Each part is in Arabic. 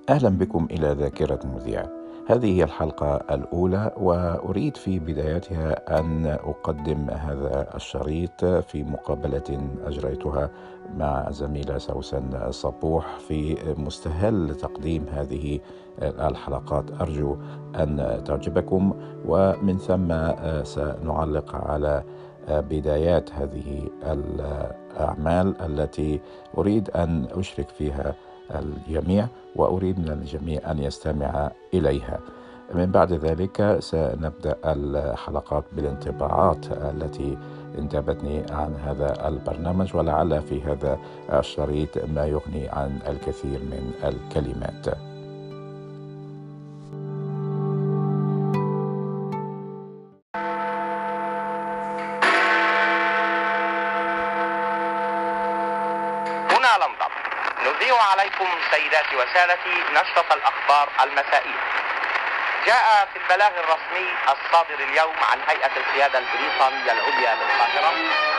أهلا بكم إلى ذاكرة مذيع. هذه هي الحلقة الأولى، وأريد في بدايتها أن أقدم هذا الشريط في مقابلة أجريتها مع الزميلة سوسن صبوح في مستهل تقديم هذه الحلقات. أرجو أن تعجبكم، ومن ثم سنعلق على بدايات هذه الأعمال التي أريد أن أشرك فيها الجميع، وأريد من الجميع أن يستمع إليها. من بعد ذلك سنبدأ الحلقات بالانطباعات التي انتابتني عن هذا البرنامج، ولعل في هذا الشريط ما يغني عن الكثير من الكلمات. هنا لندن نذيع عليكم سيداتي وسادتي نشرة الأخبار المسائية. جاء في البلاغ الرسمي الصادر اليوم عن هيئة القيادة البريطانية العليا بالقاهرة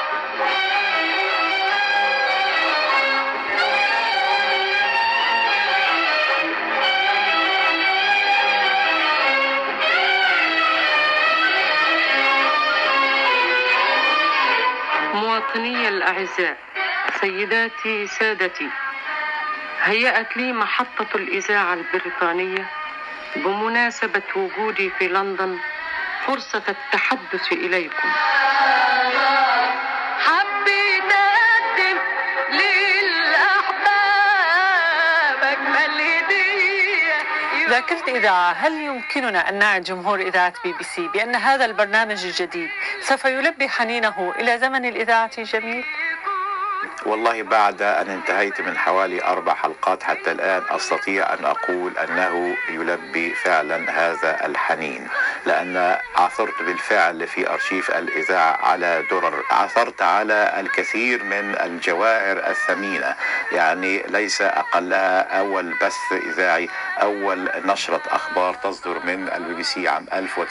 مواطني الأعزاء، سيداتي سادتي، هيأت لي محطة الإذاعة البريطانية بمناسبة وجودي في لندن فرصة التحدث إليكم. حبيت أقدم للأحباب أجمل هدية. ذاكرة إذاعة، هل يمكننا أن نعد جمهور إذاعة BBC بأن هذا البرنامج الجديد سوف يلبي حنينه إلى زمن الإذاعة الجميل؟ والله بعد أن انتهيت من حوالي 4 حلقات حتى الآن أستطيع أن أقول أنه يلبي فعلا هذا الحنين، لأن عثرت بالفعل في أرشيف الإذاعة على درر، عثرت على الكثير من الجواهر الثمينة، يعني ليس أقلها أول بث إذاعي، أول نشرة أخبار تصدر من BBC عام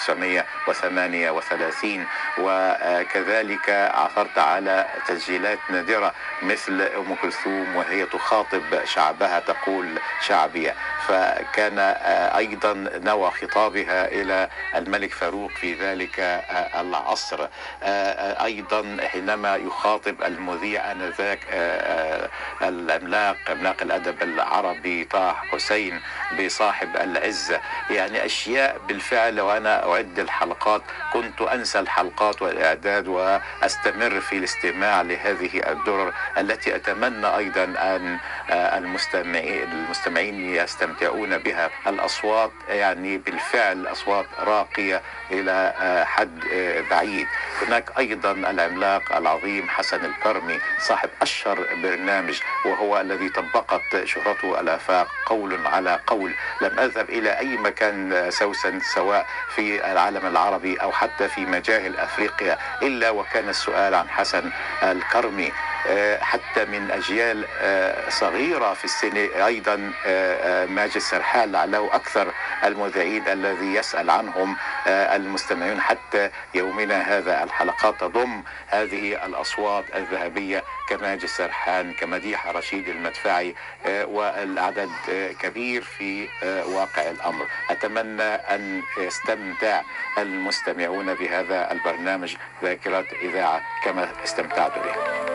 1938، وكذلك عثرت على تسجيلات نادرة مثل أم كلثوم وهي تخاطب شعبها تقول شعبي، فكان أيضا نوى خطابها إلى الملك فاروق في ذلك العصر. أيضا حينما يخاطب المذيع آنذاك العملاق الأدب العربي طه حسين بصاحب العزة، يعني أشياء بالفعل. وأنا أعد الحلقات كنت أنسى الحلقات والإعداد وأستمر في الاستماع لهذه الدرر التي أتمنى أيضا أن المستمعين يستمتعون بها. الأصوات يعني بالفعل أصوات راقية إلى حد بعيد. هناك أيضا العملاق العظيم حسن الكرمي صاحب أشهر برنامج، وهو الذي طبقت شهرته الآفاق قول على قول. لم أذهب إلى أي مكان سوسن سواء في العالم العربي أو حتى في مجاهل أفريقيا إلا وكان السؤال عن حسن الكرمي. حتى من أجيال صغيرة في السن أيضا ماجد سرحان لعله أكثر المذيعين الذي يسأل عنهم المستمعون حتى يومنا هذا. الحلقات تضم هذه الأصوات الذهبية كماجد سرحان، كمديحة رشيد المدفعي، والعدد كبير في واقع الأمر. أتمنى أن يستمتع المستمعون بهذا البرنامج ذاكرة إذاعة كما استمتعت به.